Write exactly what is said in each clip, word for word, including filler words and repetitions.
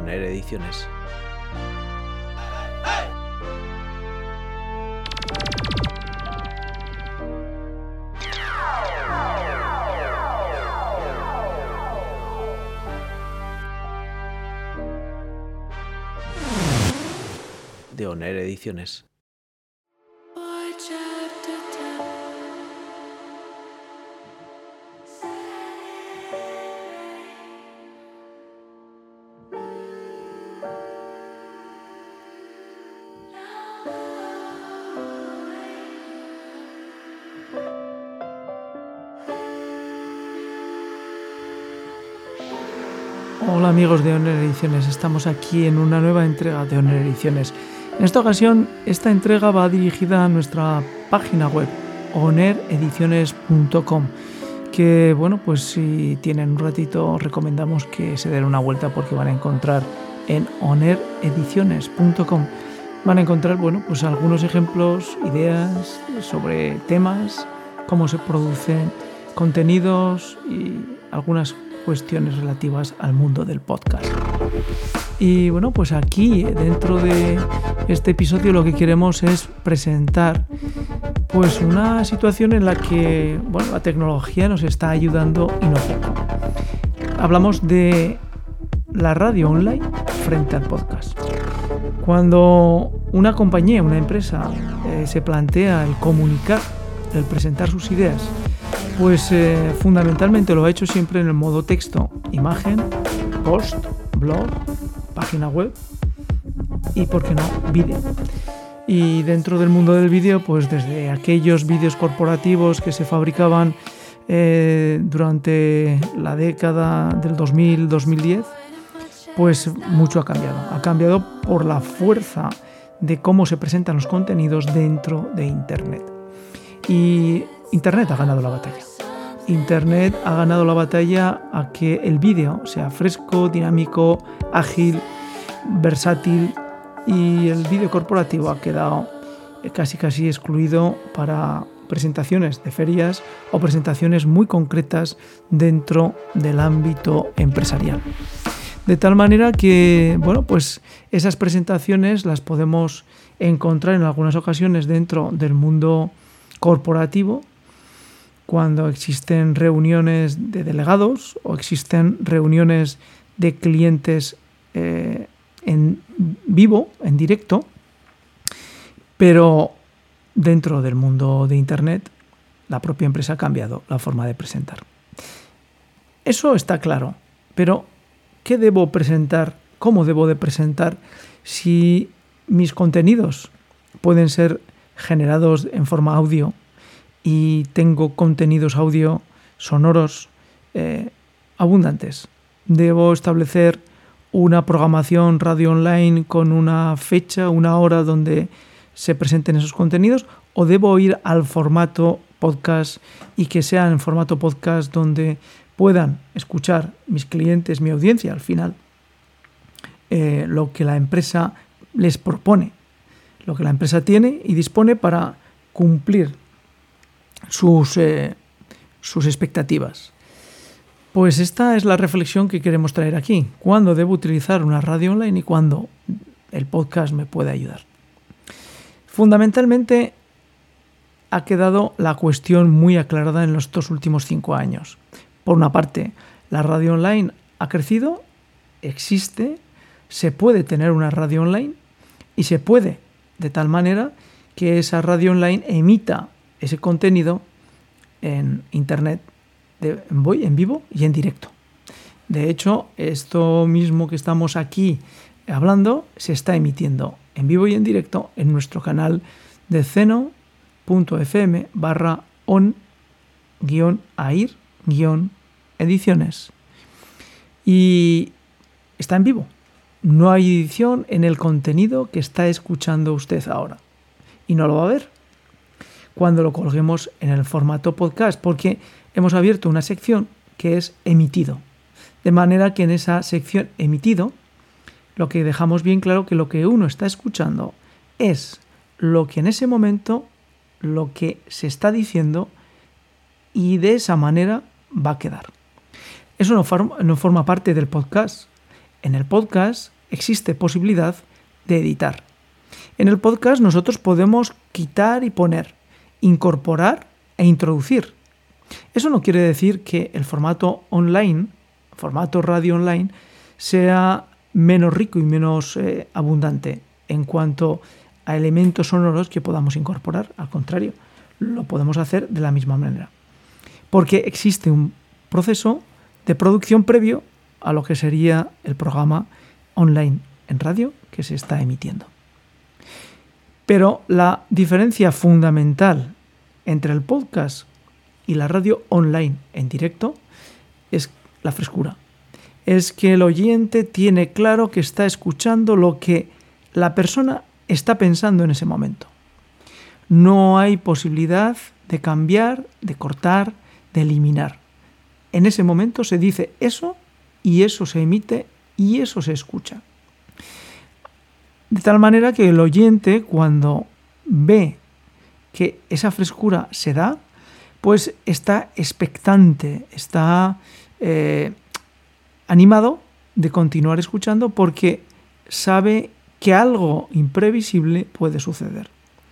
Oner Ediciones. De Oner Ediciones. Hola amigos de Oner Ediciones, estamos aquí en una nueva entrega de Oner Ediciones. En esta ocasión, esta entrega va dirigida a nuestra página web, oner ediciones punto com, que bueno, pues si tienen un ratito recomendamos que se den una vuelta porque van a encontrar en oner ediciones punto com van a encontrar bueno, pues algunos ejemplos, ideas sobre temas, cómo se producen contenidos y algunas cuestiones relativas al mundo del podcast. Y bueno, pues aquí dentro de este episodio lo que queremos es presentar pues una situación en la que bueno, la tecnología nos está ayudando y no poco. Hablamos de la radio online frente al podcast. Cuando una compañía, una empresa eh, se plantea el comunicar, el presentar sus ideas, pues eh, fundamentalmente lo ha hecho siempre en el modo texto, imagen, post, blog, página web y, por qué no, vídeo. Y dentro del mundo del vídeo, pues desde aquellos vídeos corporativos que se fabricaban eh, durante la década del dos mil dos mil diez, pues mucho ha cambiado. Ha cambiado por la fuerza de cómo se presentan los contenidos dentro de Internet. Y Internet ha ganado la batalla. Internet ha ganado la batalla a que el vídeo sea fresco, dinámico, ágil, versátil, y el vídeo corporativo ha quedado casi casi excluido para presentaciones de ferias o presentaciones muy concretas dentro del ámbito empresarial. De tal manera que, bueno, pues esas presentaciones las podemos encontrar en algunas ocasiones dentro del mundo corporativo, cuando existen reuniones de delegados o existen reuniones de clientes eh, en vivo, en directo, pero dentro del mundo de Internet la propia empresa ha cambiado la forma de presentar. Eso está claro, pero ¿qué debo presentar? ¿Cómo debo de presentar si mis contenidos pueden ser generados en forma audio y tengo contenidos audio sonoros eh, abundantes? ¿Debo establecer una programación radio online con una fecha, una hora donde se presenten esos contenidos? ¿O debo ir al formato podcast y que sea en formato podcast donde puedan escuchar mis clientes, mi audiencia, al final, eh, lo que la empresa les propone, lo que la empresa tiene y dispone para cumplir sus, eh, sus expectativas? Pues esta es la reflexión que queremos traer aquí. ¿Cuándo debo utilizar una radio online y cuándo el podcast me puede ayudar? Fundamentalmente ha quedado la cuestión muy aclarada en estos últimos cinco años. Por una parte, la radio online ha crecido, existe, se puede tener una radio online y se puede, de tal manera que esa radio online emita ese contenido en Internet, de, en vivo y en directo. De hecho, esto mismo que estamos aquí hablando se está emitiendo en vivo y en directo en nuestro canal de zeno punto efe eme barra on guión air guión ediciones. Y está en vivo. No hay edición en el contenido que está escuchando usted ahora. Y no lo va a ver cuando lo colguemos en el formato podcast, porque hemos abierto una sección que es emitido. De manera que en esa sección emitido, lo que dejamos bien claro que lo que uno está escuchando es lo que en ese momento, lo que se está diciendo, y de esa manera va a quedar. Eso no forma, no forma parte del podcast. en el podcast existe posibilidad de editar. En el podcast nosotros podemos quitar y poner, incorporar e introducir. Eso no quiere decir que el formato online, formato radio online, sea menos rico y menos eh, abundante en cuanto a elementos sonoros que podamos incorporar. Al contrario, lo podemos hacer de la misma manera. Porque existe un proceso de producción previo a lo que sería el programa online en radio que se está emitiendo. Pero la diferencia fundamental entre el podcast y la radio online en directo es la frescura. Es que el oyente tiene claro que está escuchando lo que la persona está pensando en ese momento. No hay posibilidad de cambiar, de cortar, de eliminar. En ese momento se dice eso y eso se emite y eso se escucha. De tal manera que el oyente, cuando ve que esa frescura se da, pues está expectante, está eh, animado de continuar escuchando porque sabe que algo imprevisible puede suceder.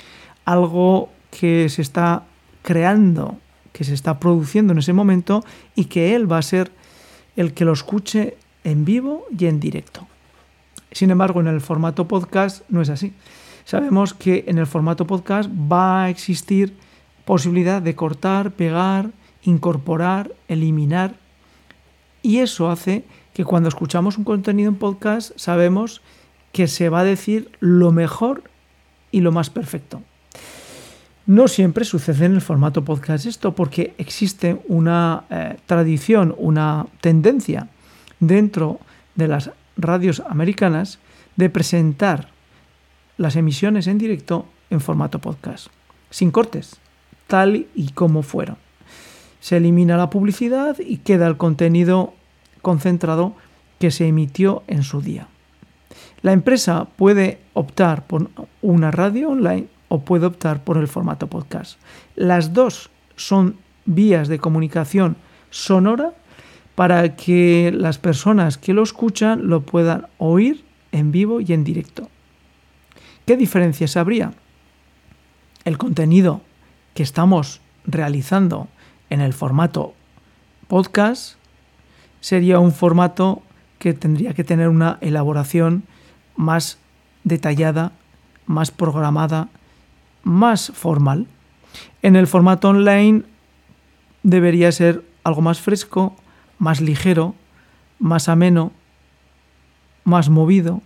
Algo que se está creando, que se está produciendo en ese momento y que él va a ser el que lo escuche en vivo y en directo. Sin embargo, en el formato podcast no es así. Sabemos que en el formato podcast va a existir posibilidad de cortar, pegar, incorporar, eliminar. Y eso hace que cuando escuchamos un contenido en podcast sabemos que se va a decir lo mejor y lo más perfecto. No siempre sucede en el formato podcast esto porque existe una eh, tradición, una tendencia dentro de las radios americanas de presentar las emisiones en directo en formato podcast, sin cortes, tal y como fueron. Se elimina la publicidad y queda el contenido concentrado que se emitió en su día. La empresa puede optar por una radio online o puede optar por el formato podcast. Las dos son vías de comunicación sonora para que las personas que lo escuchan lo puedan oír en vivo y en directo. ¿Qué diferencias habría? El contenido que estamos realizando en el formato podcast sería un formato que tendría que tener una elaboración más detallada, más programada, más formal. En el formato online debería ser algo más fresco, más ligero, más ameno, más movido.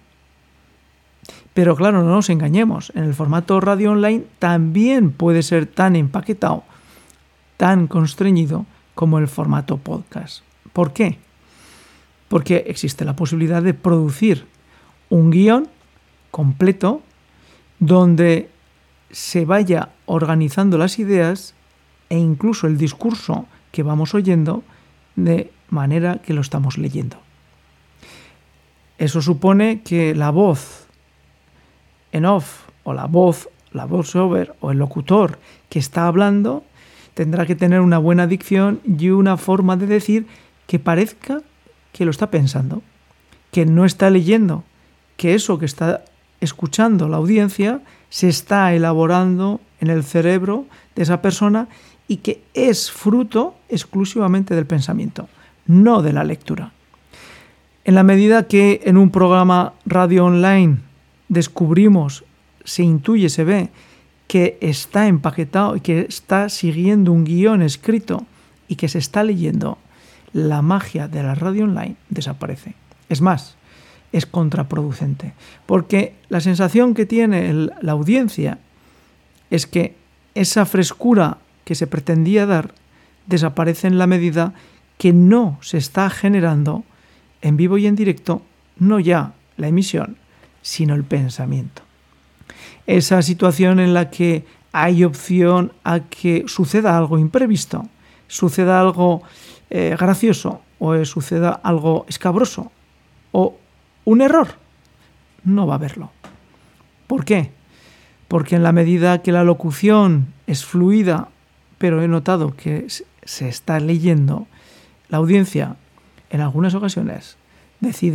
Pero claro, no nos engañemos, en el formato radio online también puede ser tan empaquetado, tan constreñido como el formato podcast. ¿Por qué? Porque existe la posibilidad de producir un guión completo donde se vaya organizando las ideas e incluso el discurso que vamos oyendo de manera que lo estamos leyendo. Eso supone que la voz en off o la voz, la voiceover o el locutor que está hablando tendrá que tener una buena dicción y una forma de decir que parezca que lo está pensando, que no está leyendo, que eso que está escuchando la audiencia se está elaborando en el cerebro de esa persona y que es fruto exclusivamente del pensamiento, no de la lectura. En la medida que en un programa radio online descubrimos, se intuye, se ve que está empaquetado y que está siguiendo un guión escrito y que se está leyendo, la magia de la radio online desaparece. Es más, es contraproducente, porque la sensación que tiene el, la audiencia es que esa frescura que se pretendía dar desaparece en la medida que no se está generando en vivo y en directo, no ya la emisión, sino el pensamiento. Esa situación en la que hay opción a que suceda algo imprevisto, suceda algo eh, gracioso o suceda algo escabroso o un error, no va a haberlo. ¿Por qué? Porque en la medida que la locución es fluida, pero he notado que se está leyendo, la audiencia en algunas ocasiones decide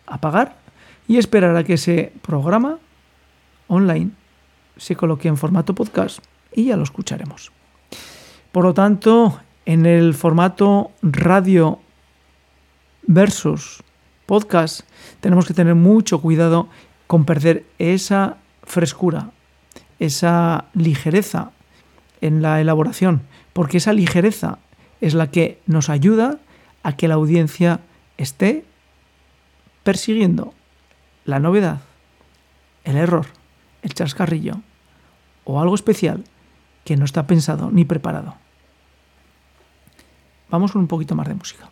a pagar y esperar a que ese programa online se coloque en formato podcast y ya lo escucharemos. Por lo tanto, en el formato radio versus podcast tenemos que tener mucho cuidado con perder esa frescura, esa ligereza en la elaboración, porque esa ligereza es la que nos ayuda a que la audiencia esté persiguiendo la novedad, el error, el chascarrillo o algo especial que no está pensado ni preparado. Vamos con un poquito más de música.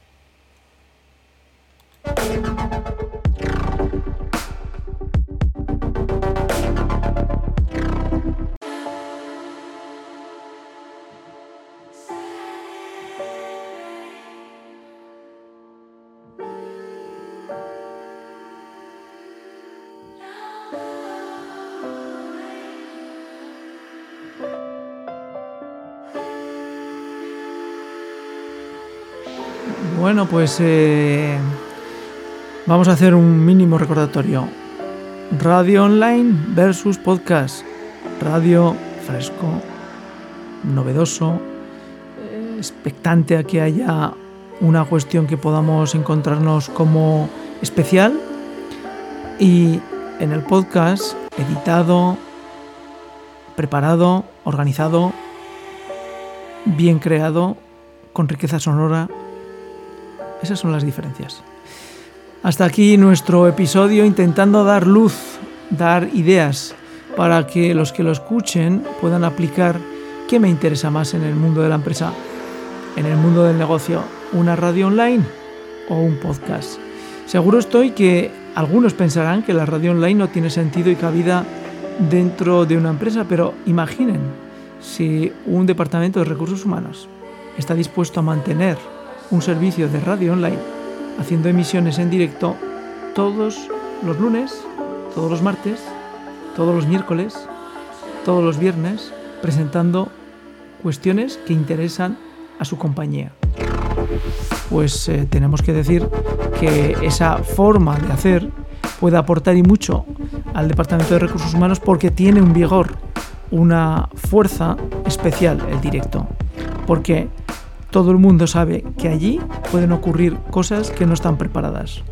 Bueno, pues eh, vamos a hacer un mínimo recordatorio. Radio online versus podcast. Radio fresco, novedoso, eh, expectante a que haya una cuestión que podamos encontrarnos como especial. Y en el podcast, editado, preparado, organizado, bien creado, con riqueza sonora. Esas son las diferencias. Hasta aquí nuestro episodio intentando dar luz, dar ideas para que los que lo escuchen puedan aplicar qué me interesa más en el mundo de la empresa, en el mundo del negocio, una radio online o un podcast. Seguro estoy que algunos pensarán que la radio online no tiene sentido y cabida dentro de una empresa, pero imaginen si un departamento de recursos humanos está dispuesto a mantener un servicio de radio online, haciendo emisiones en directo todos los lunes, todos los martes, todos los miércoles, todos los viernes, presentando cuestiones que interesan a su compañía. Pues eh, tenemos que decir que esa forma de hacer puede aportar y mucho al Departamento de Recursos Humanos porque tiene un vigor, una fuerza especial el directo, porque todo el mundo sabe que allí pueden ocurrir cosas que no están preparadas.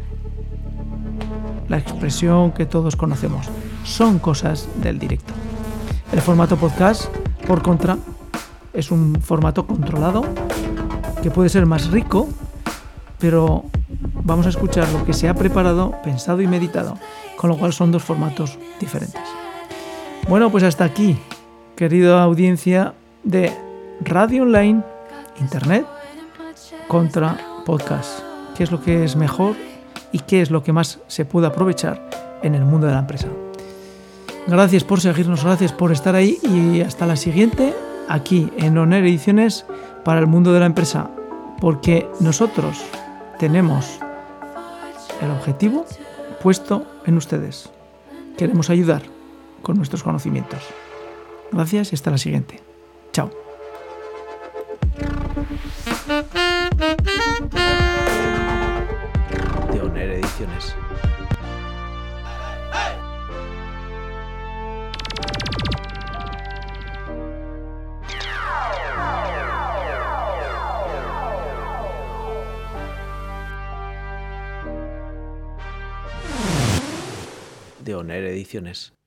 La expresión que todos conocemos son cosas del directo. El formato podcast, por contra, es un formato controlado que puede ser más rico, pero vamos a escuchar lo que se ha preparado, pensado y meditado, con lo cual son dos formatos diferentes. Bueno, pues hasta aquí, querida audiencia de Radio Online, Internet contra podcast. ¿Qué es lo que es mejor y qué es lo que más se puede aprovechar en el mundo de la empresa? Gracias por seguirnos, gracias por estar ahí y hasta la siguiente aquí en Oner Ediciones para el mundo de la empresa, porque nosotros tenemos el objetivo puesto en ustedes. Queremos ayudar con nuestros conocimientos. Gracias y hasta la siguiente. Chao. De Oner Ediciones. De Oner Ediciones.